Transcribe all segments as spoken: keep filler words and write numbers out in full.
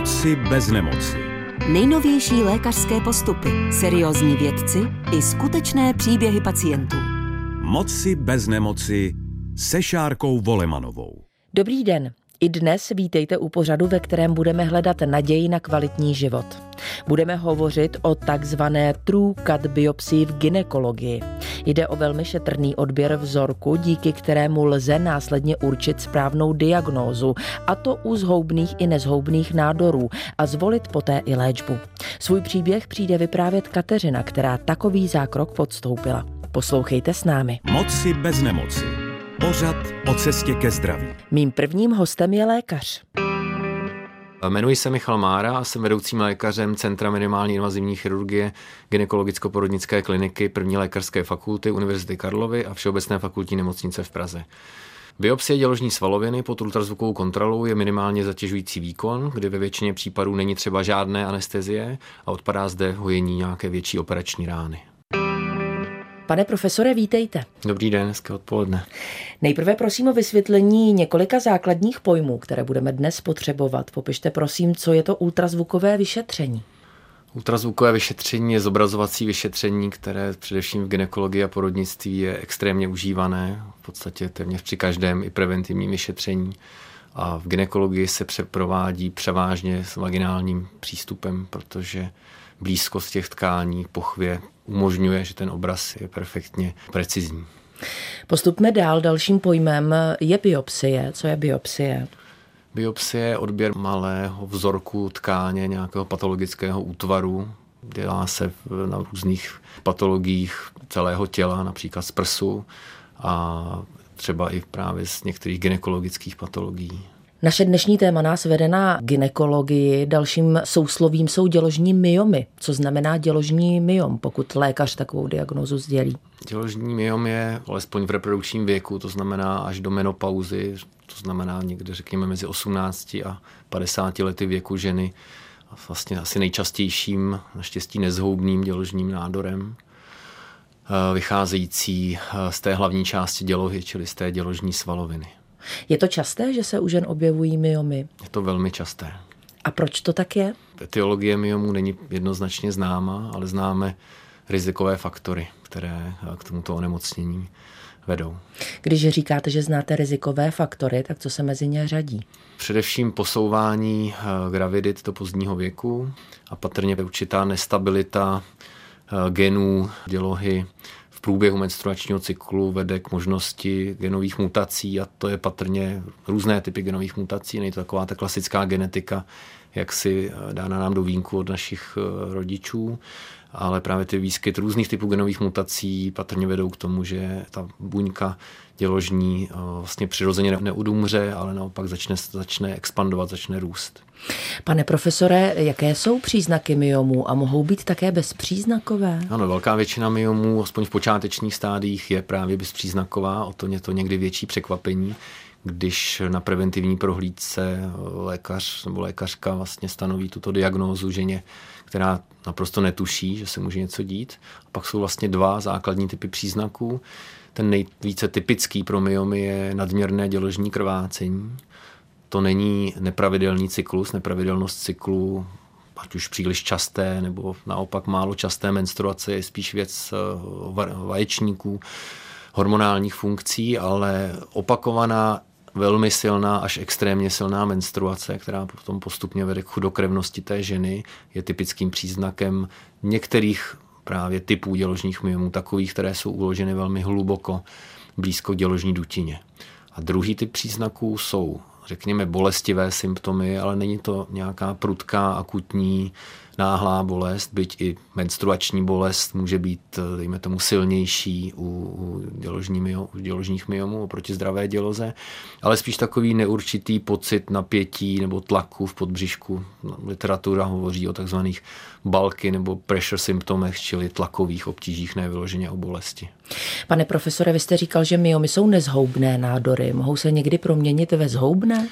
Moci bez nemoci. Nejnovější lékařské postupy, seriózní vědci i skutečné příběhy pacientů. Moci bez nemoci se Šárkou Volemanovou. Dobrý den. I dnes vítejte u pořadu, ve kterém budeme hledat naději na kvalitní život. Budeme hovořit o takzvané true cut biopsii v gynekologii. Jde o velmi šetrný odběr vzorku, díky kterému lze následně určit správnou diagnózu, a to u zhoubných i nezhoubných nádorů, a zvolit poté i léčbu. Svůj příběh přijde vyprávět Kateřina, která takový zákrok podstoupila. Poslouchejte s námi. Moci bez nemoci. Pořad o cestě ke zdraví. Mým prvním hostem je lékař. Jmenuji se Michal Mára a jsem vedoucím lékařem Centra minimální invazivní chirurgie gynekologicko-porodnické kliniky první lékařské fakulty Univerzity Karlovy a Všeobecné fakultní nemocnice v Praze. Biopsie děložní svaloviny pod ultrazvukovou kontrolou je minimálně zatěžující výkon, kdy ve většině případů není třeba žádné anestezie a odpadá zde hojení nějaké větší operační rány. Pane profesore, vítejte. Dobrý den, hezké odpoledne. Nejprve prosím o vysvětlení několika základních pojmů, které budeme dnes potřebovat. Popište prosím, co je to ultrazvukové vyšetření. Ultrazvukové vyšetření je zobrazovací vyšetření, které především v gynekologii a porodnictví je extrémně užívané, v podstatě téměř při každém i preventivním vyšetření. A v gynekologii se provádí převážně s vaginálním přístupem, protože blízkost těch tkání pochvě umožňuje, že ten obraz je perfektně precizní. Postupme dál. Dalším pojmem je biopsie. Co je biopsie? Biopsie je odběr malého vzorku tkáně nějakého patologického útvaru. Dělá se na různých patologiích celého těla, například z prsu a třeba i právě z některých gynekologických patologií. Naše dnešní téma nás vede na gynekologii. Dalším souslovím jsou děložní myomy. Co znamená děložní myom, pokud lékař takovou diagnózu sdělí? Děložní myom je alespoň v reprodukčním věku, to znamená až do menopauzy, to znamená někde řekněme mezi osmnácti a padesáti lety věku ženy. A vlastně asi nejčastějším, naštěstí nezhoubným děložním nádorem, vycházející z té hlavní části dělohy, čili z té děložní svaloviny. Je to časté, že se u žen objevují myomy? Je to velmi časté. A proč to tak je? Etiologie myomů není jednoznačně známa, ale známe rizikové faktory, které k tomuto onemocnění vedou. Když říkáte, že znáte rizikové faktory, tak co se mezi ně řadí? Především posouvání gravidit do pozdního věku a patrně určitá nestabilita genů dělohy v průběhu menstruačního cyklu vede k možnosti genových mutací, a to je patrně různé typy genových mutací. Není to taková ta klasická genetika, jak si dána nám do vínku od našich rodičů, ale právě ty výskyt různých typů genových mutací patrně vedou k tomu, že ta buňka děložní vlastně přirozeně neudumře, ale naopak začne, začne expandovat, začne růst. Pane profesore, jaké jsou příznaky myomů a mohou být také bezpříznakové? Ano, velká většina myomů, aspoň v počátečních stádiích, je právě bezpříznaková, o to je to někdy větší překvapení, když na preventivní prohlídce lékař nebo lékařka vlastně stanoví tuto diagnózu ženě, která naprosto netuší, že se může něco dít. A pak jsou vlastně dva základní typy příznaků. Ten nejvíce typický pro myomy je nadměrné děložní krvácení. To není nepravidelný cyklus, nepravidelnost cyklu, ať už příliš časté nebo naopak málo časté menstruace, je spíš věc vaječníků, hormonálních funkcí, ale opakovaná, velmi silná až extrémně silná menstruace, která potom postupně vede k chudokrevnosti té ženy, je typickým příznakem některých právě typů děložních myomů, takových, které jsou uloženy velmi hluboko blízko děložní dutině. A druhý typ příznaků jsou, řekněme, bolestivé symptomy, ale není to nějaká prudká, akutní, náhlá bolest, byť i menstruační bolest může být, dejme tomu, silnější u, u, děložní myo, u děložních myomů oproti zdravé děloze, ale spíš takový neurčitý pocit napětí nebo tlaku v podbřišku. Literatura hovoří o takzvaných bulky nebo pressure symptomech, čili tlakových obtížích, ne vyloženě o bolesti. Pane profesore, vy jste říkal, že myomy jsou nezhoubné nádory. Mohou se někdy proměnit ve zhoubné?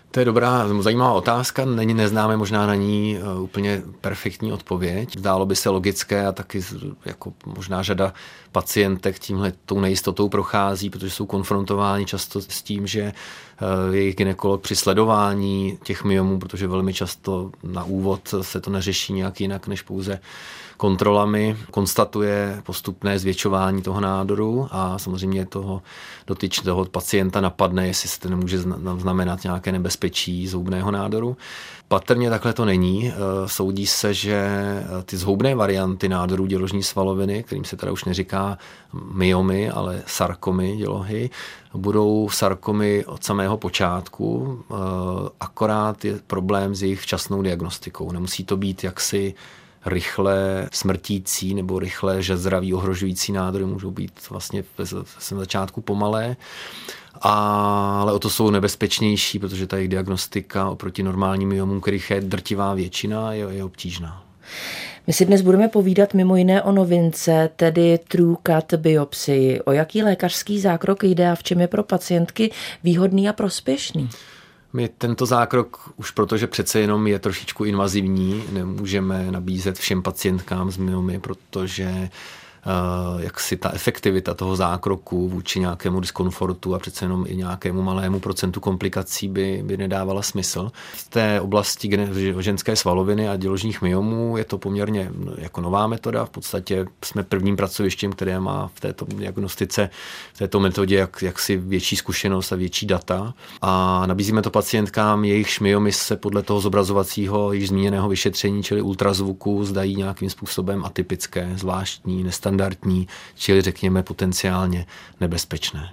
To je dobrá, zajímavá otázka, není, neznáme možná na ní úplně perfektní odpověď. Zdálo by se logické a taky jako možná řada pacientek tímhle tou nejistotou prochází, protože jsou konfrontováni často s tím, že jejich gynekolog při sledování těch myomů, protože velmi často na úvod se to neřeší nějak jinak než pouze kontrolami, konstatuje postupné zvětšování toho nádoru a samozřejmě toho dotyč toho pacienta napadne, jestli se to nemůže znamenat nějaké nebezpečí zhoubného nádoru. Patrně takhle to není. Soudí se, že ty zhoubné varianty nádorů děložní svaloviny, kterým se teda už neříká myomy, ale sarkomy dělohy, budou sarkomy od samého počátku, akorát je problém s jejich včasnou diagnostikou. Nemusí to být jaksi rychle smrtící nebo rychle žezravý ohrožující nádory, můžou být vlastně v začátku pomalé, ale o to jsou nebezpečnější, protože ta jejich diagnostika oproti normálním myomům, kterých je drtivá většina, je, je obtížná. My si dnes budeme povídat mimo jiné o novince, tedy TrueCut biopsii. O jaký lékařský zákrok jde a v čem je pro pacientky výhodný a prospěšný? My tento zákrok už protože přece jenom je trošičku invazivní, nemůžeme nabízet všem pacientkám s myomy, protože uh, jak si ta efektivita toho zákroku vůči nějakému diskomfortu a přece jenom i nějakému malému procentu komplikací by, by nedávala smysl. V té oblasti ženské svaloviny a děložních myomů je to poměrně jako nová metoda. V podstatě jsme prvním pracovištěm, které má v této diagnostice, v této metodě jak, jaksi větší zkušenost a větší data. A nabízíme to pacientkám, jejichž myomy se podle toho zobrazovacího již zmíněného vyšetření, čili ultrazvuku, zdají nějakým způsobem atypické, zvláštní, nestandardní, čili řekněme potenciálně nebezpečné.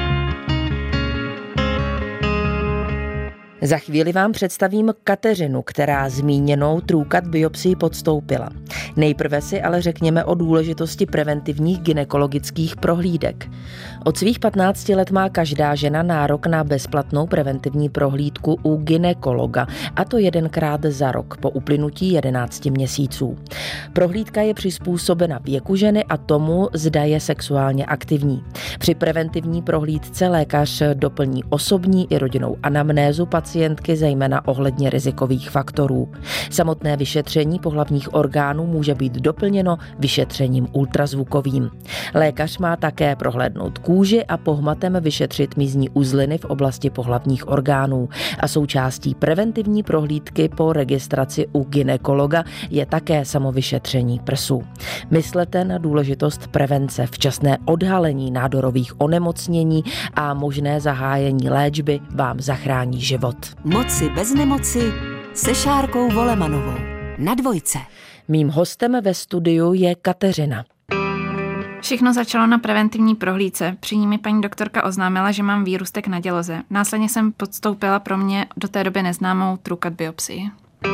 Za chvíli vám představím Kateřinu, která zmíněnou TrueCut biopsii podstoupila. Nejprve si ale řekněme o důležitosti preventivních gynekologických prohlídek. Od svých patnácti let má každá žena nárok na bezplatnou preventivní prohlídku u gynekologa, a to jedenkrát za rok po uplynutí jedenácti měsíců. Prohlídka je přizpůsobena věku ženy a tomu, zda je sexuálně aktivní. Při preventivní prohlídce lékař doplní osobní i rodinnou anamnézu pacientky, zejména ohledně rizikových faktorů. Samotné vyšetření pohlavních orgánů může být doplněno vyšetřením ultrazvukovým. Lékař má také prohlédnout kůži a pohmatem vyšetřit mízní uzliny v oblasti pohlavních orgánů. A součástí preventivní prohlídky po registraci u gynekologa je také samovyšetření prsu. Myslete na důležitost prevence, včasné odhalení nádorových onemocnění a možné zahájení léčby vám zachrání život. Moci bez nemoci se Šárkou Volemanovou na Dvojce. Mým hostem ve studiu je Kateřina. Všechno začalo na preventivní prohlídce. Při ní mi paní doktorka oznámila, že mám výrůstek na děloze. Následně jsem podstoupila pro mě do té doby neznámou TrueCut biopsii.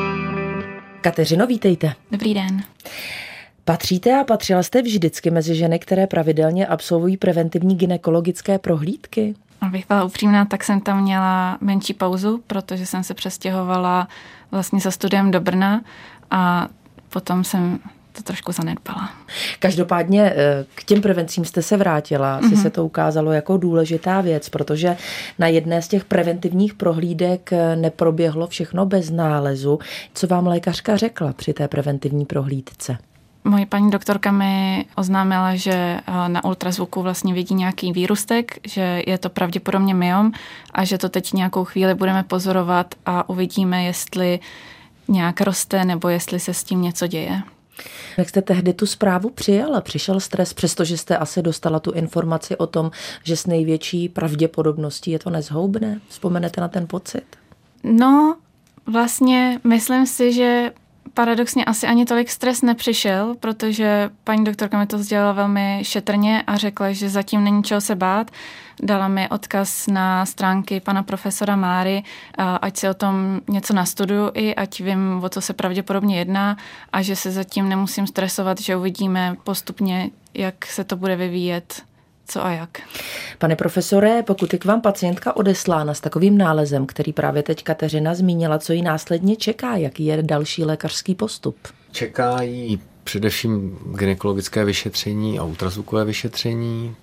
Kateřino, vítejte. Dobrý den. Patříte a patřila jste vždycky mezi ženy, které pravidelně absolvují preventivní gynekologické prohlídky? Abych byla upřímná, tak jsem tam měla menší pauzu, protože jsem se přestěhovala vlastně za studiem do Brna a potom jsem to trošku zanedbala. Každopádně k těm prevencím jste se vrátila. Asi mm-hmm. se to ukázalo jako důležitá věc, protože na jedné z těch preventivních prohlídek neproběhlo všechno bez nálezu. Co vám lékařka řekla při té preventivní prohlídce? Moje paní doktorka mi oznámila, že na ultrazvuku vlastně vidí nějaký výrůstek, že je to pravděpodobně myom a že to teď nějakou chvíli budeme pozorovat a uvidíme, jestli nějak roste nebo jestli se s tím něco děje. Jak jste tehdy tu zprávu přijala? Přišel stres, přestože jste asi dostala tu informaci o tom, že s největší pravděpodobností je to nezhoubné? Vzpomenete na ten pocit? No, vlastně myslím si, že paradoxně asi ani tolik stres nepřišel, protože paní doktorka mi to sdělila velmi šetrně a řekla, že zatím není čeho se bát. Dala mi odkaz na stránky pana profesora Máry, ať si o tom něco nastuduju i ať vím, o co se pravděpodobně jedná a že se zatím nemusím stresovat, že uvidíme postupně, jak se to bude vyvíjet. Co a jak. Pane profesore, pokud je k vám pacientka odeslána s takovým nálezem, který právě teď Kateřina zmínila, co jí následně čeká, jaký je další lékařský postup? Čeká jí především gynekologické vyšetření a ultrazvukové vyšetření.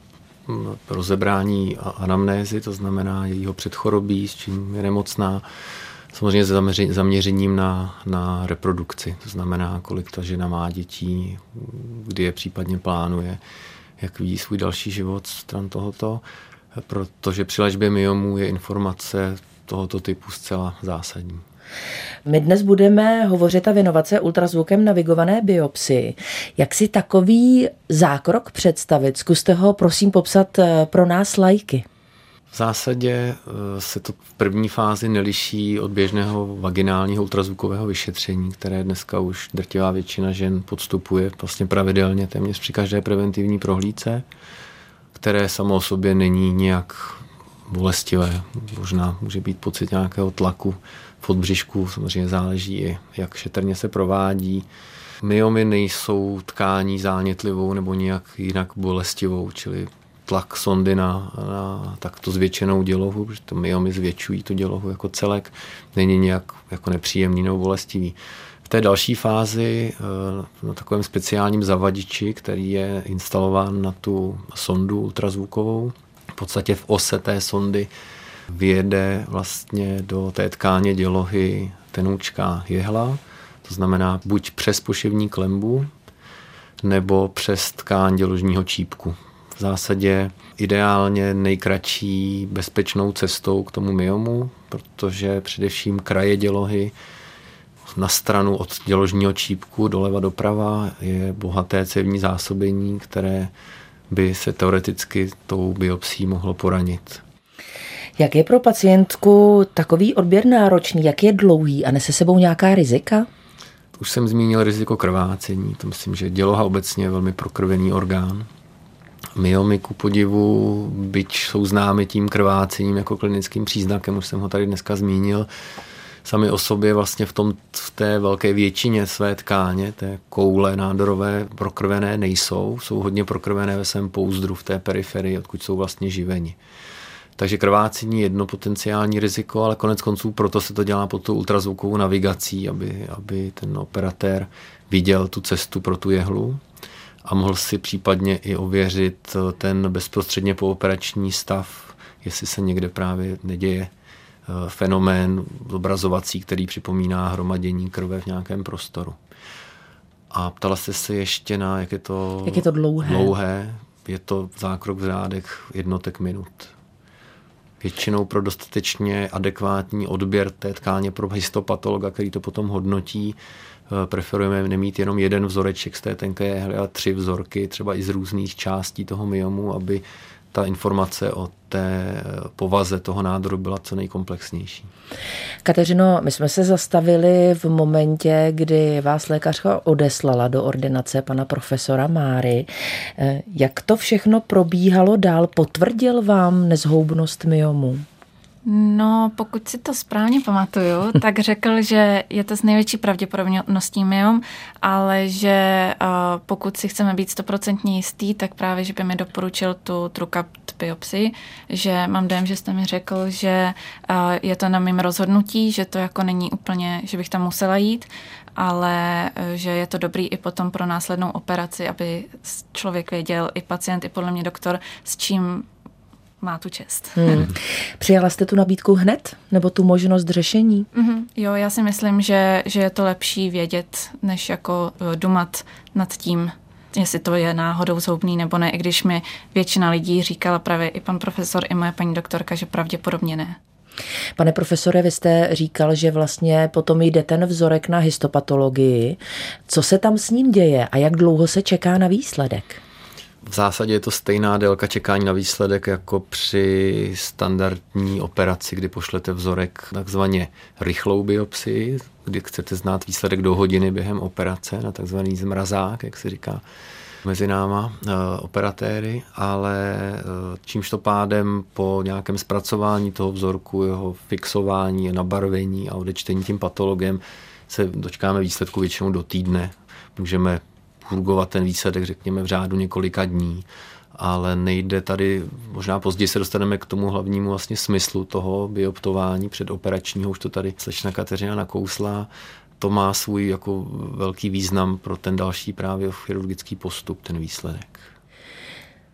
rozebrání anamnézy, to znamená jejího předchorobí, s čím je nemocná. Samozřejmě s zaměřením na, na reprodukci, to znamená, kolik ta žena má dětí, kdy je případně plánuje, jak vidí svůj další život stran tohoto, protože při léčbě myomů je informace tohoto typu zcela zásadní. My dnes budeme hovořit a věnovat se ultrazvukem navigované biopsii. Jak si takový zákrok představit? Zkuste ho prosím popsat pro nás laiky. V zásadě se to v první fázi neliší od běžného vaginálního ultrazvukového vyšetření, které dneska už drtivá většina žen podstupuje vlastně pravidelně téměř při každé preventivní prohlídce, které samo o sobě není nějak bolestivé. Možná může být pocit nějakého tlaku v podbřišku, samozřejmě záleží i, jak šetrně se provádí. Myomy nejsou tkání zánětlivou nebo nějak jinak bolestivou, čili tlak sondy na, na takto zvětšenou dělohu, protože to myomy zvětšují tu dělohu jako celek, není nějak jako nepříjemný nebo bolestivý. V té další fázi na takovém speciálním zavadiči, který je instalován na tu sondu ultrazvukovou, v podstatě v ose té sondy vyjede vlastně do té tkáně dělohy tenoučká jehla, to znamená buď přes poševní klembu, nebo přes tkáň děložního čípku. V zásadě ideálně nejkratší bezpečnou cestou k tomu myomu, protože především kraje dělohy na stranu od děložního čípku doleva doprava je bohaté cévní zásobení, které by se teoreticky tou biopsí mohlo poranit. Jak je pro pacientku takový odběr náročný, jak je dlouhý a nese sebou nějaká rizika? Už jsem zmínil riziko krvácení, to myslím, že děloha obecně je velmi prokrvený orgán. Myomy ku podivu, byť jsou známy tím krvácením jako klinickým příznakem, už jsem ho tady dneska zmínil, sami o sobě vlastně v, tom, v té velké většině své tkáně, té koule nádorové prokrvené nejsou, jsou hodně prokrvené ve svém pouzdru v té periferii, odkud jsou vlastně živeni. Takže krvácení je jedno potenciální riziko, ale konec konců proto se to dělá pod tou ultrazvukovou navigací, aby, aby ten operatér viděl tu cestu pro tu jehlu a mohl si případně i ověřit ten bezprostředně pooperační stav, jestli se někde právě neděje fenomén zobrazovací, který připomíná hromadění krve v nějakém prostoru. A ptala jste se ještě na, jak je to, jak je to dlouhé. dlouhé. Je to zákrok v řádech jednotek minut. Většinou pro dostatečně adekvátní odběr té tkáně pro histopatologa, který to potom hodnotí, preferujeme nemít jenom jeden vzoreček z té tenké jehly, ale tři vzorky, třeba i z různých částí toho myomu, aby ta informace o té povaze toho nádoru byla co nejkomplexnější. Kateřino, my jsme se zastavili v momentě, kdy vás lékařka odeslala do ordinace pana profesora Máry. Jak to všechno probíhalo dál? Potvrdil vám nezhoubnost myomu? No, pokud si to správně pamatuju, tak řekl, že je to s největší pravděpodobností myom, ale že uh, pokud si chceme být stoprocentně jistý, tak právě, že by mi doporučil tu TrueCut biopsii, že mám dojem, že jste mi řekl, že uh, je to na mým rozhodnutí, že to jako není úplně, že bych tam musela jít, ale uh, že je to dobrý i potom pro následnou operaci, aby člověk věděl, i pacient, i podle mě doktor, s čím má tu čest. Hmm. Přijala jste tu nabídku hned? Nebo tu možnost řešení? Mm-hmm. Jo, já si myslím, že, že je to lepší vědět, než jako dumat nad tím, jestli to je náhodou zhoubný nebo ne, i když mi většina lidí říkala právě i pan profesor, i moje paní doktorka, že pravděpodobně ne. Pane profesore, vy jste říkal, že vlastně potom jde ten vzorek na histopatologii. Co se tam s ním děje a jak dlouho se čeká na výsledek? V zásadě je to stejná délka čekání na výsledek jako při standardní operaci, kdy pošlete vzorek takzvaně rychlou biopsii, kdy chcete znát výsledek do hodiny během operace na takzvaný zmrazák, jak se říká mezi náma operatéry, ale čímž to pádem po nějakém zpracování toho vzorku, jeho fixování, nabarvení a odečtení tím patologem se dočkáme výsledku většinou do týdne. Můžeme fungovat ten výsledek, řekněme, v řádu několika dní, ale nejde tady, možná později se dostaneme k tomu hlavnímu vlastně smyslu toho bioptování předoperačního, už to tady slečna Kateřina nakousla, to má svůj jako velký význam pro ten další právě chirurgický postup, ten výsledek.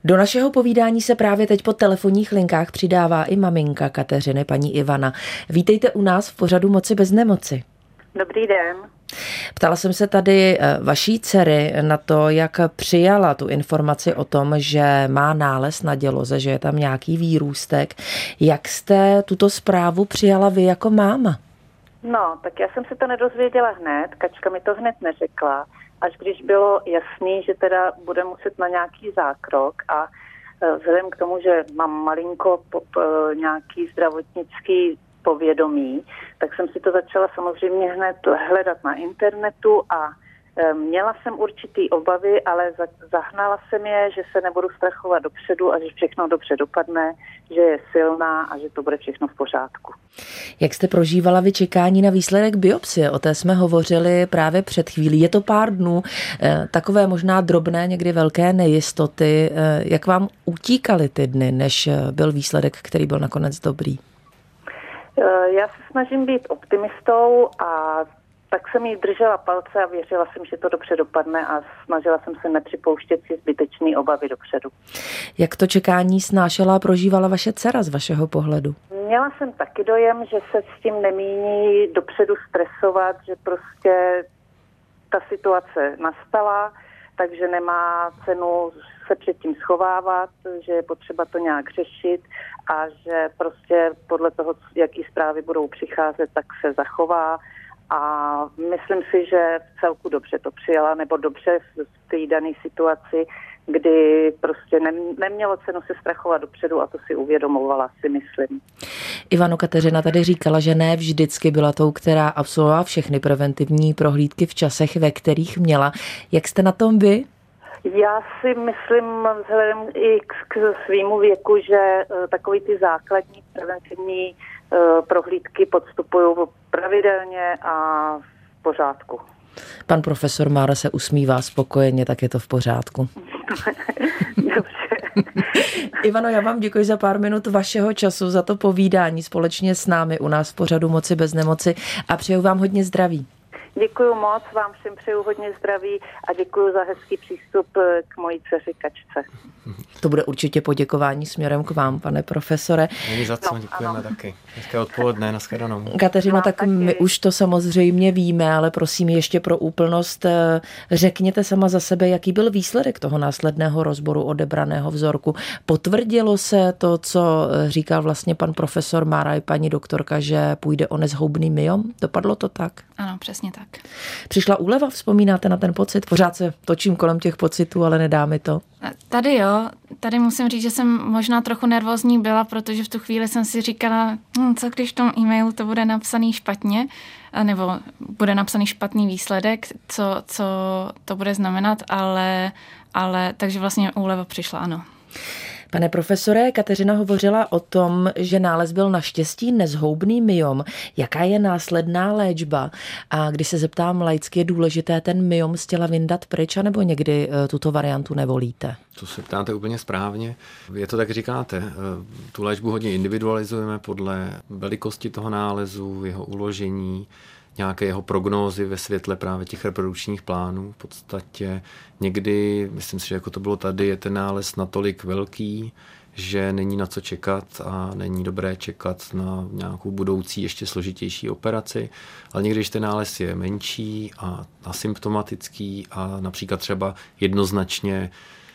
Do našeho povídání se právě teď po telefonních linkách přidává i maminka Kateřiny, paní Ivana. Vítejte u nás v pořadu Moci bez nemoci. Dobrý den. Ptala jsem se tady vaší dcery na to, jak přijala tu informaci o tom, že má nález na děloze, že je tam nějaký výrůstek. Jak jste tuto zprávu přijala vy jako máma? No, tak já jsem se to nedozvěděla hned, Kačka mi to hned neřekla, až když bylo jasný, že teda bude muset na nějaký zákrok a vzhledem k tomu, že mám malinko pop, nějaký zdravotnický povědomí, tak jsem si to začala samozřejmě hned hledat na internetu a měla jsem určitý obavy, ale zahnala jsem je, že se nebudu strachovat dopředu a že všechno dobře dopadne, že je silná a že to bude všechno v pořádku. Jak jste prožívala vy čekání na výsledek biopsie? O té jsme hovořili právě před chvílí. Je to pár dnů, takové možná drobné, někdy velké nejistoty. Jak vám utíkaly ty dny, než byl výsledek, který byl nakonec dobrý? Já se snažím být optimistou a tak jsem jí držela palce a věřila jsem, že to dobře dopadne a snažila jsem se nepřipouštět si zbytečný obavy dopředu. Jak to čekání snášela a prožívala vaše dcera z vašeho pohledu? Měla jsem taky dojem, že se s tím nemíní dopředu stresovat, že prostě ta situace nastala, takže nemá cenu se předtím schovávat, že je potřeba to nějak řešit a že prostě podle toho, jaký zprávy budou přicházet, tak se zachová. A myslím si, že v celku dobře to přijala, nebo dobře v té dané situaci, kdy prostě nemělo cenu se strachovat dopředu a to si uvědomovala, si myslím. Ivano, Kateřina tady říkala, že ne vždycky byla tou, která absolvovala všechny preventivní prohlídky v časech, ve kterých měla. Jak jste na tom vy? Já si myslím vzhledem i k, k svýmu věku, že uh, takový ty základní preventivní uh, prohlídky podstupují pravidelně a v pořádku. Pan profesor Mára se usmívá spokojeně, tak je to v pořádku. Dobře. Ivano, já vám děkuji za pár minut vašeho času, za to povídání společně s námi u nás v pořadu Moci bez nemoci a přeju vám hodně zdraví. Děkuju moc, vám všem přeju hodně zdraví a děkuju za hezký přístup k mojí dceři Kačce. To bude určitě poděkování směrem k vám, pane profesore. Není za co, no, děkujeme ano. Taky. Hezké odpoledne, nashledanou. Kateřino, tak taky. My už to samozřejmě víme, ale prosím ještě pro úplnost řekněte sama za sebe, jaký byl výsledek toho následného rozboru odebraného vzorku. Potvrdilo se to, co říkal vlastně pan profesor Mára i paní doktorka, že půjde o nezhoubný myom? Dopadlo to tak? Ano, přesně tak. Přišla úleva, vzpomínáte na ten pocit? Pořád se točím kolem těch pocitů, ale nedá mi to. Tady jo, tady musím říct, že jsem možná trochu nervózní byla, protože v tu chvíli jsem si říkala, hm, co když v tom e-mailu to bude napsaný špatně, nebo bude napsaný špatný výsledek, co, co to bude znamenat, ale, ale takže vlastně úleva přišla, ano. Pane profesore, Kateřina hovořila o tom, že nález byl naštěstí nezhoubný myom. Jaká je následná léčba? A když se zeptám laicky, je důležité ten myom z těla vyndat pryč, anebo někdy tuto variantu nevolíte? To se ptáte úplně správně. Je to tak, říkáte. Tu léčbu hodně individualizujeme podle velikosti toho nálezu, jeho uložení, nějaké jeho prognózy ve světle právě těch reprodukčních plánů. V podstatě někdy, myslím si, že jako to bylo tady, je ten nález natolik velký, že není na co čekat a není dobré čekat na nějakou budoucí ještě složitější operaci. Ale někdy, když ten nález je menší a asymptomatický a například třeba jednoznačně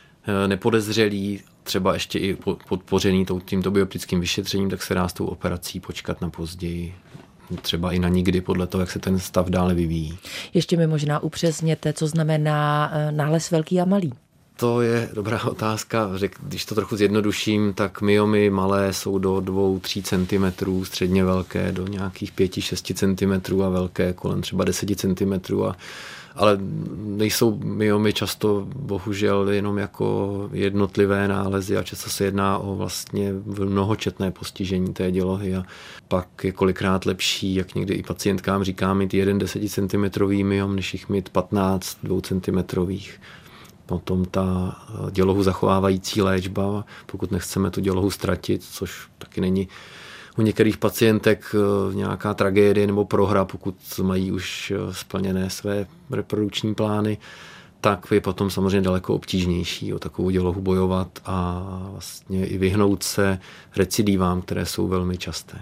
nepodezřelý, třeba ještě i podpořený tímto bioptickým vyšetřením, tak se dá s tou operací počkat na později. Třeba i na nikdy, podle toho, jak se ten stav dále vyvíjí. Ještě mi možná upřesněte, co znamená nález velký a malý. To je dobrá otázka. Když to trochu zjednoduším, tak myomy malé jsou do dvou až tří centimetrů, středně velké do nějakých pět až šest centimetrů a velké kolem třeba deset centimetrů. A, ale nejsou myomy často bohužel jenom jako jednotlivé nálezy a často se jedná o vlastně mnohočetné postižení té dělohy a pak je kolikrát lepší, jak někdy i pacientkám říká, mít jeden deseticentimetrový myom, než jich mít patnáct dvoucentimetrových. Potom ta dělohu zachovávající léčba, pokud nechceme tu dělohu ztratit, což taky není u některých pacientek nějaká tragédie nebo prohra, pokud mají už splněné své reprodukční plány, tak je potom samozřejmě daleko obtížnější o takovou dělohu bojovat a vlastně i vyhnout se recidivám, které jsou velmi časté.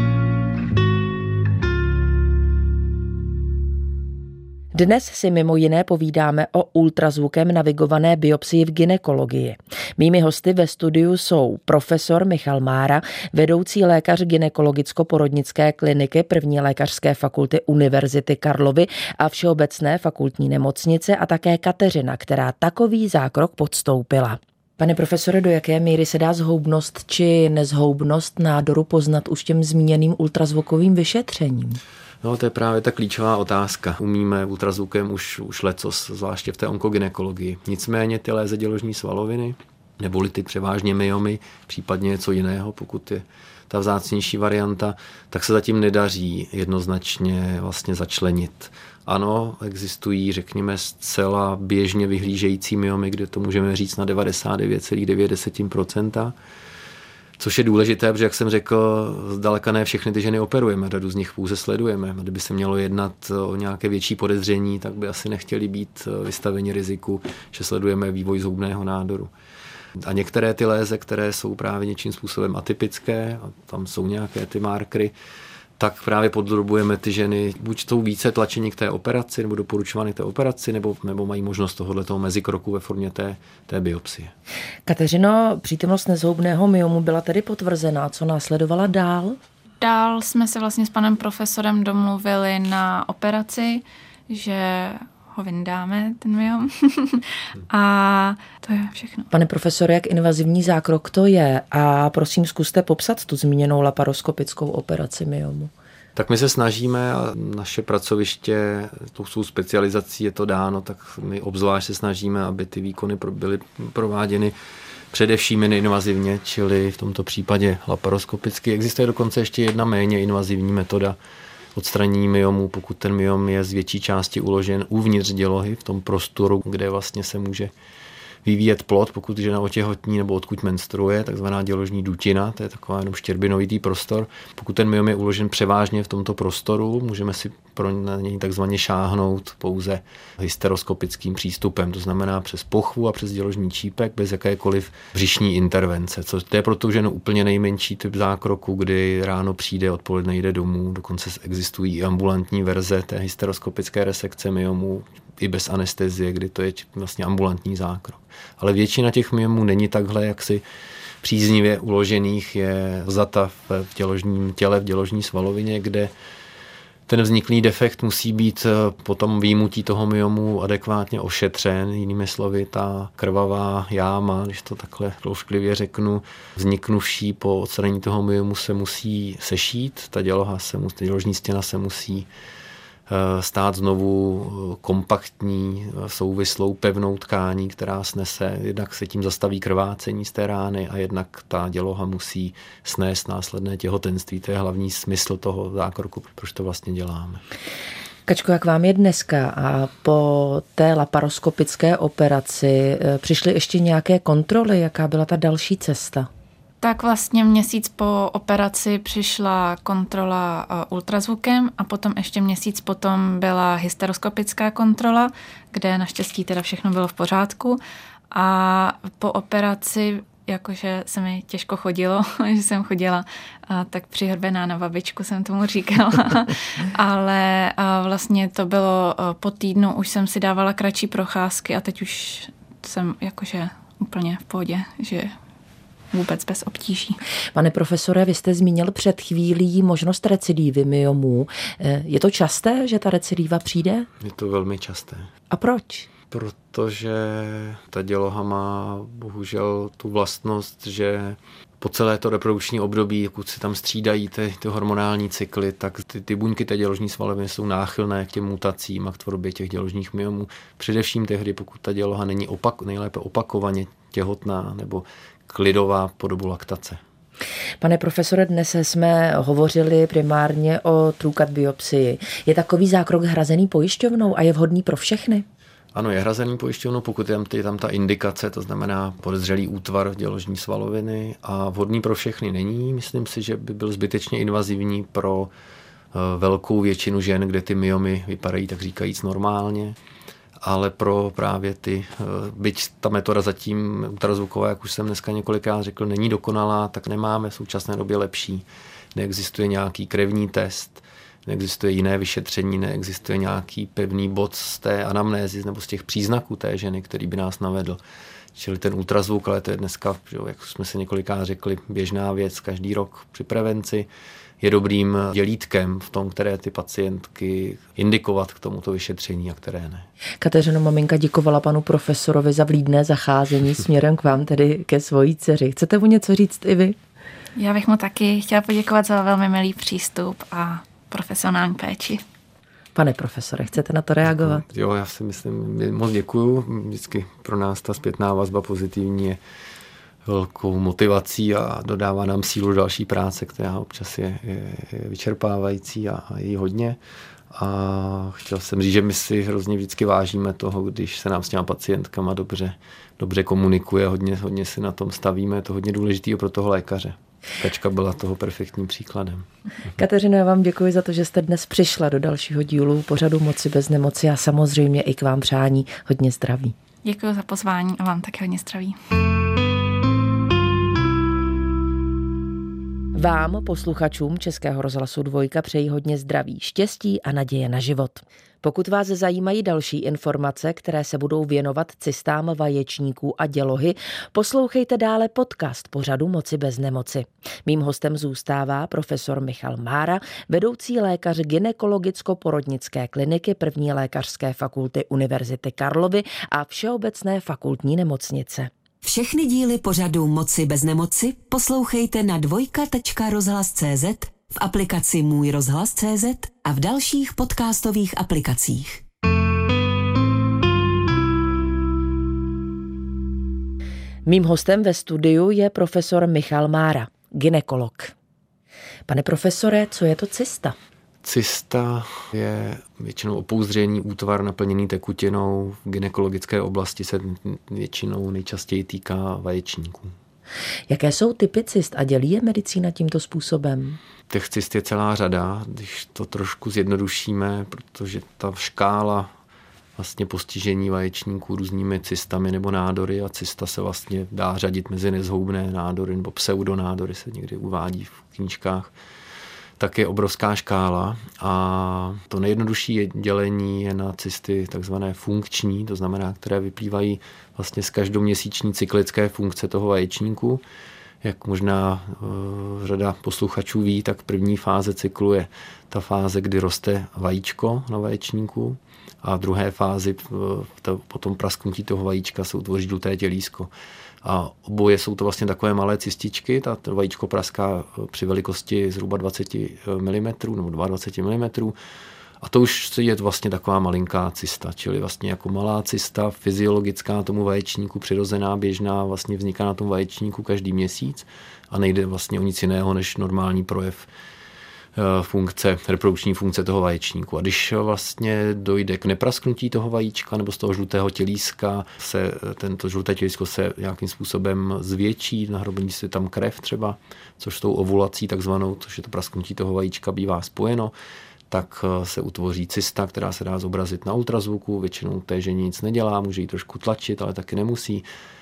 Dnes si mimo jiné povídáme o ultrazvukem navigované biopsii v gynekologii. Mými hosty ve studiu jsou profesor Michal Mára, vedoucí lékař gynekologicko-porodnické kliniky první lékařské fakulty Univerzity Karlovy a Všeobecné fakultní nemocnice a také Kateřina, která takový zákrok podstoupila. Pane profesore, do jaké míry se dá zhoubnost či nezhoubnost nádoru poznat už těm zmíněným ultrazvukovým vyšetřením? No, to je právě ta klíčová otázka. Umíme ultrazvukem už, už lecos, zvláště v té onkogynekologii. Nicméně ty léze děložní svaloviny, neboli ty převážně myomy, případně něco jiného, pokud je ta vzácnější varianta, tak se zatím nedaří jednoznačně vlastně začlenit. Ano, existují, řekněme, zcela běžně vyhlížející myomy, kde to můžeme říct na devadesát devět celá devět procenta. Což je důležité, protože, jak jsem řekl, zdaleka ne všechny ty ženy operujeme, řadu z nich pouze sledujeme. A kdyby se mělo jednat o nějaké větší podezření, tak by asi nechtěli být vystaveni riziku, že sledujeme vývoj zhoubného nádoru. A některé ty léze, které jsou právě něčím způsobem atypické, a tam jsou nějaké ty markery, tak právě podrobujeme ty ženy, buď jsou více tlačení k té operaci, nebo doporučovány k té operaci, nebo, nebo mají možnost tohoto mezikroku ve formě té, té biopsie. Kateřino, přítomnost nezhoubného myomu byla tedy potvrzená. Co následovala dál? Dál jsme se vlastně s panem profesorem domluvili na operaci, že ho vyndáme, ten myom. A to je všechno. Pane profesore, jak invazivní zákrok to je? A prosím, zkuste popsat tu zmíněnou laparoskopickou operaci myomu. Tak my se snažíme a naše pracoviště, tou svou specializací je to dáno, tak my obzvlášť se snažíme, aby ty výkony byly prováděny především neinvazivně, čili v tomto případě laparoskopicky. Existuje dokonce ještě jedna méně invazivní metoda odstranění myomu, pokud ten myom je z větší části uložen uvnitř dělohy, v tom prostoru, kde vlastně se může vyvíjet plod, pokud žena otěhotní nebo odkud menstruuje, takzvaná děložní dutina, to je taková jenom štěrbinovitý prostor. Pokud ten myom je uložen převážně v tomto prostoru, můžeme si pro něj takzvaně šáhnout pouze hysteroskopickým přístupem, to znamená přes pochvu a přes děložní čípek bez jakékoliv břišní intervence. Co to je pro tu ženu úplně nejmenší typ zákroku, kdy ráno přijde, odpoledne jde domů, dokonce existují i ambulantní verze té hysteroskopické resekce myomů, i bez anestezie, kdy to je vlastně ambulantní zákrok. Ale většina těch myomů není takhle jaksi příznivě uložených, je vzata v děložním těle, v děložní svalovině, kde ten vzniklý defekt musí být po tom výjimutí toho myomu adekvátně ošetřen. Jinými slovy, ta krvavá jáma, když to takhle roušklivě řeknu, vzniknuvší po odstranění toho myomu se musí sešít, ta děloha se musí, ta děložní stěna se musí stát znovu kompaktní, souvislou, pevnou tkání, která snese, jednak se tím zastaví krvácení z té rány a jednak ta děloha musí snést následné těhotenství. To je hlavní smysl toho zákroku, proč to vlastně děláme. Kačko, jak vám je dneska? A po té laparoskopické operaci přišly ještě nějaké kontroly? Jaká byla ta další cesta? Tak vlastně měsíc po operaci přišla kontrola ultrazvukem a potom ještě měsíc potom byla hysteroskopická kontrola, kde naštěstí teda všechno bylo v pořádku. A po operaci, jakože se mi těžko chodilo, že jsem chodila tak přihrbená na babičku, jsem tomu říkala, ale vlastně to bylo po týdnu, už jsem si dávala kratší procházky a teď už jsem jakože úplně v pohodě, že vůbec bez obtíží. Pane profesore, vy jste zmínil před chvílí možnost recidívy myomů. Je to časté, že ta recidiva přijde? Je to velmi časté. A proč? Protože ta děloha má bohužel tu vlastnost, že po celé to reprodukční období, pokud se tam střídají ty, ty hormonální cykly, tak ty, ty buňky té děložní svaloviny jsou náchylné k těm mutacím a k tvorbě těch děložních myomů. Především tehdy, pokud ta děloha není opak, nejlépe opakovaně těhotná nebo klidová po dobu laktace. Pane profesore, dnes jsme hovořili primárně o true-cut biopsii. Je takový zákrok hrazený pojišťovnou a je vhodný pro všechny? Ano, je hrazený pojišťovnou, pokud je tam, je tam ta indikace, to znamená podezřelý útvar děložní svaloviny, a vhodný pro všechny není. Myslím si, že by byl zbytečně invazivní pro uh, velkou většinu žen, kde ty myomy vypadají tak říkajíc normálně. ale pro právě ty, byť ta metoda zatím ultrazvuková, jak už jsem dneska několikrát řekl, není dokonalá, tak nemáme v současné době lepší. Neexistuje nějaký krevní test, neexistuje jiné vyšetření, neexistuje nějaký pevný bod z té anamnézy nebo z těch příznaků té ženy, který by nás navedl. Čili ten ultrazvuk, ale to je dneska, jak jsme si několikrát řekli, běžná věc každý rok při prevenci, je dobrým dělítkem v tom, které ty pacientky indikovat k tomuto vyšetření a které ne. Kateřino, maminka děkovala panu profesorovi za vlídné zacházení směrem k vám, tedy ke svojí dceři. Chcete mu něco říct i vy? Já bych mu taky chtěla poděkovat za velmi milý přístup a profesionální péči. Pane profesore, chcete na to reagovat? Jo, já si myslím, moc děkuju. Vždycky pro nás ta zpětná vazba pozitivní je velkou motivací a dodává nám sílu do další práce, která občas je, je, je vyčerpávající a, a je hodně. A chtěl jsem říct, že my si hrozně vždycky vážíme toho, když se nám s těma pacientkama dobře, dobře komunikuje, hodně, hodně si na tom stavíme, je to hodně důležitý pro toho lékaře. Kačka byla toho perfektním příkladem. Kateřino, já vám děkuji za to, že jste dnes přišla do dalšího dílu pořadu Moci bez nemoci a samozřejmě i k vám přání hodně zdraví. Děkuji za pozvání a vám také hodně zdraví. Vám, posluchačům Českého rozhlasu Dvojka, přeji hodně zdraví, štěstí a naděje na život. Pokud vás zajímají další informace, které se budou věnovat cystám vaječníků a dělohy, poslouchejte dále podcast pořadu Moci bez nemoci. Mým hostem zůstává profesor Michal Mára, vedoucí lékař gynekologicko-porodnické kliniky první lékařské fakulty Univerzity Karlovy a Všeobecné fakultní nemocnice. Všechny díly pořadu Moci bez nemoci poslouchejte na dvojka tečka rozhlas tečka cé zet, v aplikaci Můj rozhlas tečka cé zet a v dalších podcastových aplikacích. Mým hostem ve studiu je profesor Michal Mára, gynekolog. Pane profesore, co je to cysta? Cysta je většinou opouzdřený útvar naplněný tekutinou. V gynekologické oblasti se většinou nejčastěji týká vaječníků. Jaké jsou typy cyst a dělí je medicína tímto způsobem? Těch cyst je celá řada, když to trošku zjednodušíme, protože ta škála vlastně postižení vaječníků různými cystami nebo nádory a cysta se vlastně dá řadit mezi nezhoubné nádory nebo pseudonádory se někdy uvádí v knížkách. Tak je obrovská škála a to nejjednodušší dělení je na cysty takzvané funkční, to znamená, které vyplývají vlastně z každoměsíční cyklické funkce toho vaječníku. Jak možná uh, řada posluchačů ví, tak první fáze cyklu je ta fáze, kdy roste vajíčko na vaječníku a v druhé fázi uh, to, po tom prasknutí toho vajíčka se utvoří žluté tělísko. A oboje jsou to vlastně takové malé cističky, ta vajíčko praská při velikosti zhruba dvacet milimetrů nebo dvacet dva milimetrů a to už je vlastně taková malinká cysta, čili vlastně jako malá cysta, fyziologická tomu vaječníku, přirozená, běžná, vlastně vzniká na tom vaječníku každý měsíc a nejde vlastně o nic jiného než normální projev funkce, reprodukční funkce toho vaječníku. A když vlastně dojde k neprasknutí toho vajíčka nebo z toho žlutého tělíska, se tento žluté tělísko se nějakým způsobem zvětší, nahrobí se tam krev třeba, což s tou ovulací takzvanou, což je to prasknutí toho vajíčka, bývá spojeno, tak se utvoří cysta, která se dá zobrazit na ultrazvuku, většinou té ženě nic nedělá, může ji trošku tlačit, ale taky nemusí.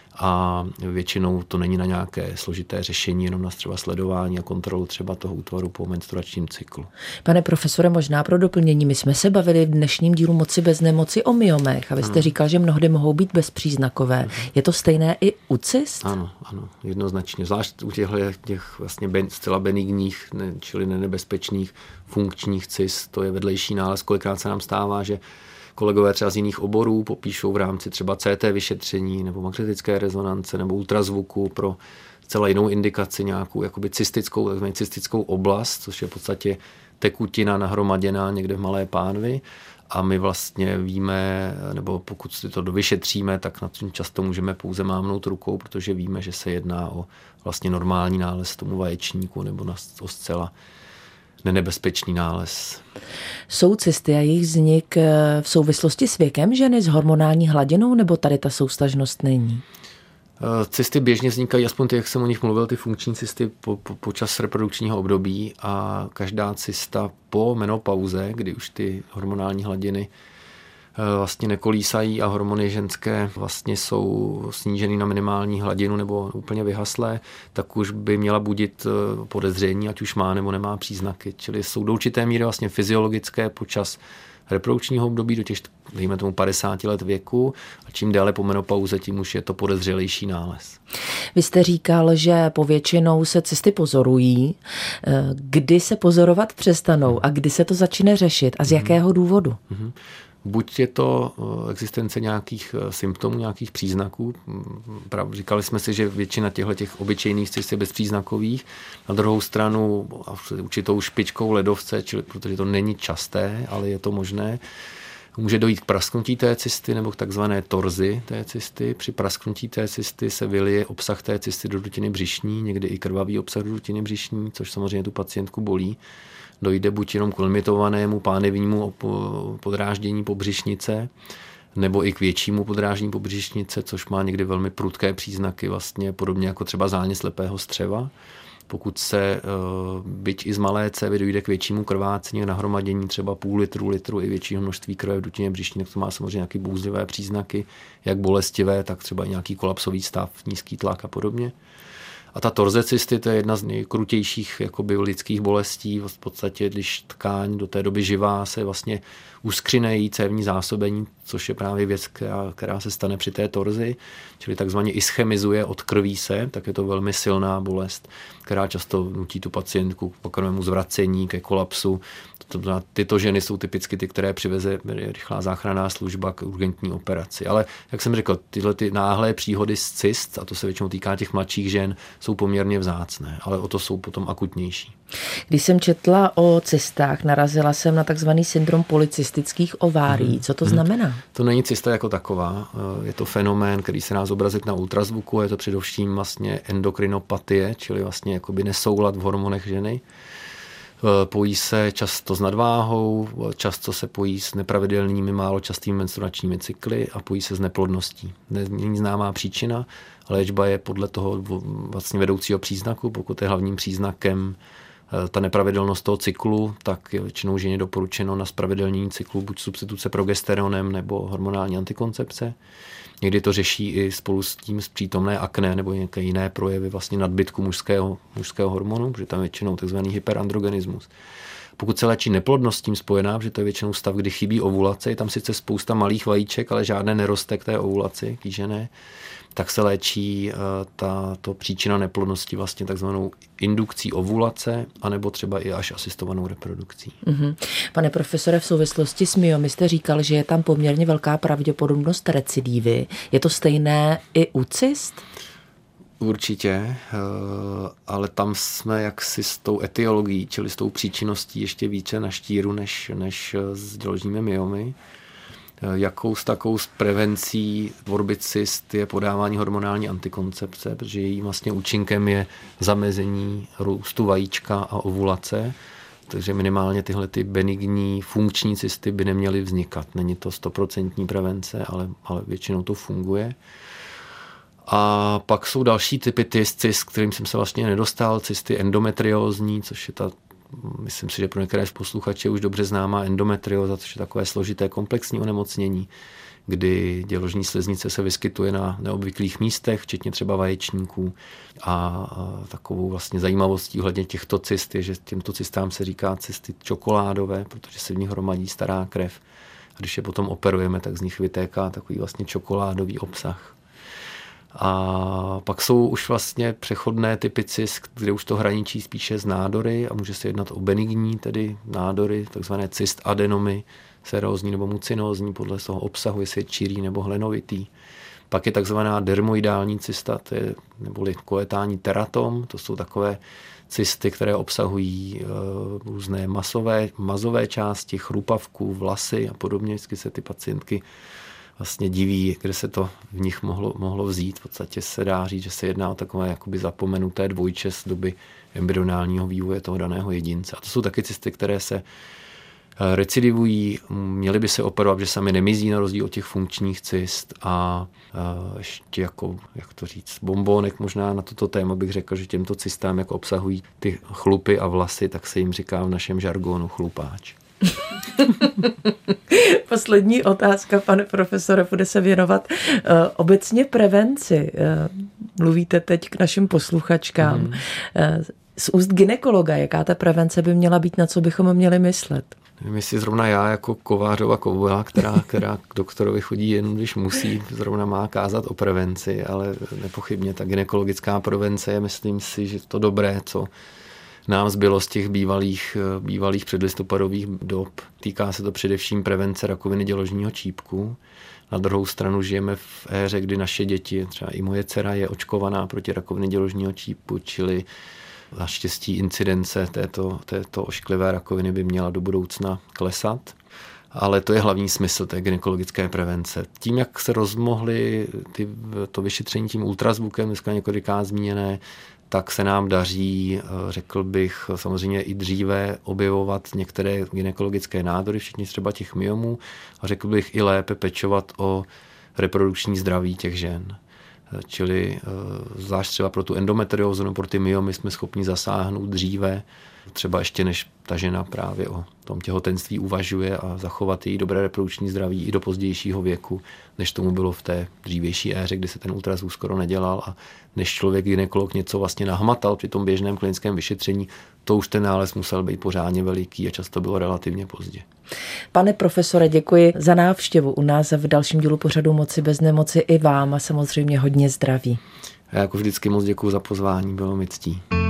A většinou to není na nějaké složité řešení, jenom na třeba sledování a kontrolu třeba toho útvaru po menstruačním cyklu. Pane profesore, možná pro doplnění, my jsme se bavili v dnešním dílu Moci bez nemoci o myomech a vy jste ano. říkal, že mnohdy mohou být bezpříznakové. Ano. Je to stejné i u cyst? Ano, ano, jednoznačně. Zvlášť u těchto těch vlastně ben, zcela benigních, ne, čili nenebezpečných funkčních cyst, to je vedlejší nález. Kolikrát se nám stává, že kolegové třeba z jiných oborů popíšou v rámci třeba C T vyšetření nebo magnetické rezonance nebo ultrazvuku pro celou jinou indikaci, nějakou jakoby cystickou, takzvanou cystickou oblast, což je v podstatě tekutina nahromaděná někde v malé pánvi. A my vlastně víme, nebo pokud si to dovyšetříme, tak na tím často můžeme pouze mávnout rukou, protože víme, že se jedná o vlastně normální nález tomu vaječníku nebo na o zcela nenebezpečný nález. Jsou cysty a jejich vznik v souvislosti s věkem ženy, s hormonální hladinou, nebo tady ta soustažnost není? Cysty běžně vznikají, aspoň ty, jak jsem o nich mluvil, ty funkční cysty po, po, počas reprodukčního období a každá cysta po menopauze, kdy už ty hormonální hladiny vlastně nekolísají a hormony ženské vlastně jsou snížený na minimální hladinu nebo úplně vyhaslé, tak už by měla budit podezření, ať už má nebo nemá příznaky. Čili jsou do určité míry vlastně fyziologické počas reprodukčního období do těch, dejme tomu, padesáti let věku a čím déle po menopauze, tím už je to podezřelejší nález. Vy jste říkal, že povětšinou se cysty pozorují. Kdy se pozorovat přestanou a kdy se to začne řešit a z jakého důvodu? Mm-hmm. Buď je to existence nějakých symptomů, nějakých příznaků. Říkali jsme si, že většina těchto těch obyčejných cyst je bezpříznakových. Na druhou stranu určitou špičkou ledovce, čili, protože to není časté, ale je to možné, může dojít k prasknutí té cysty nebo k takzvané torzi té cysty. Při prasknutí té cysty se vylije obsah té cysty do dutiny břišní, někdy i krvavý obsah do dutiny břišní, což samozřejmě tu pacientku bolí. Dojde buď jenom k limitovanému pánevnímu podráždění pobřišnice, nebo i k většímu podráždění pobřišnice, což má někdy velmi prudké příznaky, vlastně podobně jako třeba zánět slepého střeva. Pokud se byť i z malé cévy dojde k většímu krvácení, nahromadění třeba půl litru, litru i většího množství krve v dutině břišní, tak to má samozřejmě nějaké bouřlivé příznaky, jak bolestivé, tak třeba nějaký kolapsový stav, nízký tlak a podobně. A ta torze cysty, to je jedna z nejkrutějších jakoby lidských bolestí. V podstatě, když tkáň do té doby živá se vlastně uskřine její cévní zásobení, což je právě věc, která, která se stane při té torzi, čili takzvaně ischemizuje, odkrví se, tak je to velmi silná bolest, která často nutí tu pacientku k pokrvému zvracení, ke kolapsu. Tyto ženy jsou typicky ty, které přiveze rychlá záchranná služba k urgentní operaci. Ale jak jsem řekl, tyhle ty náhlé příhody z cyst, a to se většinou týká těch mladších žen, jsou poměrně vzácné, ale o to jsou potom akutnější. Když jsem četla o cystách, narazila jsem na takzvaný syndrom polycystických ovárií. Co to znamená? To není cysta jako taková. Je to fenomén, který se dá zobrazit na ultrazvuku. Je to především vlastně endokrinopatie, čili vlastně jakoby nesoulad v hormonech ženy. Pojí se často s nadváhou, často se pojí s nepravidelnými, málo častými menstruačními cykly a pojí se s neplodností. Není známá příčina, léčba je podle toho vlastně vedoucího příznaku. Pokud je hlavním příznakem ta nepravidelnost toho cyklu, tak je většinou ženě doporučeno na zpravidelnění cyklu buď substituce progesteronem nebo hormonální antikoncepce. Někdy to řeší i spolu s tím přítomné akné nebo nějaké jiné projevy vlastně nadbytku mužského, mužského hormonu, protože tam je většinou takzvaný hyperandrogenismus. Pokud se léčí neplodnost s tím spojená, že to je většinou stav, kdy chybí ovulace, je tam sice spousta malých vajíček, ale žádné neroste k té ovulaci kýžené, tak se léčí ta to příčina neplodnosti vlastně takzvanou indukcí ovulace, anebo třeba i až asistovanou reprodukcí. Mm-hmm. Pane profesore, v souvislosti s myomy jste říkal, že je tam poměrně velká pravděpodobnost recidívy. Je to stejné i u cyst? Určitě, ale tam jsme jaksi s tou etiologií, čili s tou příčinností ještě více na štíru než, než s děložními myomy. Jakou s takovou s prevencí tvorby cyst je podávání hormonální antikoncepce, protože jejím vlastně účinkem je zamezení růstu vajíčka a ovulace, takže minimálně tyhle ty benigní funkční cysty by neměly vznikat. Není to stoprocentní prevence, ale, ale většinou to funguje. A pak jsou další typy cyst, kterým jsem se vlastně nedostal, cysty endometriózní, což je ta, myslím si, že pro některé z posluchače už dobře známá endometrióza, což je takové složité komplexní onemocnění, kdy děložní sliznice se vyskytuje na neobvyklých místech, včetně třeba vaječníků. A, a takovou vlastně zajímavostí ohledně těchto cyst je, že těmto cystám se říká cysty čokoládové, protože se v nich hromadí stará krev. A když je potom operujeme, tak z nich vytéká takový vlastně čokoládový obsah. A pak jsou už vlastně přechodné typy cyst, kde už to hraničí spíše z nádory a může se jednat o benigní, tedy nádory, takzvané cyst adenomy, serózní nebo mucinózní, podle toho obsahu, jestli je čirý nebo hlenovitý. Pak je takzvaná dermoidální cysta, to je, neboli koetální teratom, to jsou takové cysty, které obsahují uh, různé masové, mazové části, chrupavku, vlasy a podobně. Vždycky se ty pacientky vlastně diví, kde se to v nich mohlo, mohlo vzít. V podstatě se dá říct, že se jedná o takové jakoby zapomenuté dvojče z doby embryonálního vývoje toho daného jedince. A to jsou taky cysty, které se recidivují, měly by se operovat, že sami nemizí na rozdíl od těch funkčních cyst a, a ještě jako, jak to říct, bombónek možná na toto téma bych řekl, že těmto cystám jako obsahují ty chlupy a vlasy, tak se jim říká v našem žargonu chlupáč. Poslední otázka, pane profesore, bude se věnovat uh, obecně prevenci. Uh, mluvíte teď k našim posluchačkám. Hmm. Uh, z úst gynekologa, jaká ta prevence by měla být, na co bychom měli myslet? Nevím, jestli zrovna já jako Kovářova kovola, která, která k doktorovi chodí jen když musí, zrovna má kázat o prevenci, ale nepochybně ta gynekologická prevence je, myslím si, že to dobré, co nám zbylo z těch bývalých, bývalých předlistopadových dob. Týká se to především prevence rakoviny děložního čípku. Na druhou stranu žijeme v éře, kdy naše děti, třeba i moje dcera, je očkovaná proti rakovině děložního čípku, čili naštěstí incidence této, této ošklivé rakoviny by měla do budoucna klesat. Ale to je hlavní smysl té gynekologické prevence. Tím, jak se rozmohly ty, to vyšetření tím ultrazvukem, dneska několikrát zmíněné, tak se nám daří, řekl bych, samozřejmě i dříve objevovat některé gynekologické nádory, včetně třeba těch myomů, a řekl bych i lépe pečovat o reprodukční zdraví těch žen. Čili zvlášť třeba pro tu endometriózu nebo pro ty myomy jsme schopni zasáhnout dříve, třeba ještě než ta žena právě o tom těhotenství uvažuje, a zachovat její dobré reprodukční zdraví i do pozdějšího věku, než tomu bylo v té dřívější éře, kdy se ten ultrazvuk skoro nedělal, a než člověk gynekolog něco vlastně nahmatal při tom běžném klinickém vyšetření, to už ten nález musel být pořádně veliký a často bylo relativně pozdě. Pane profesore, děkuji za návštěvu u nás v dalším dílu pořadu Moci bez nemoci, i vám a samozřejmě hodně zdraví. Já jako vždycky moc děkuji za pozvání, bylo mi ctí.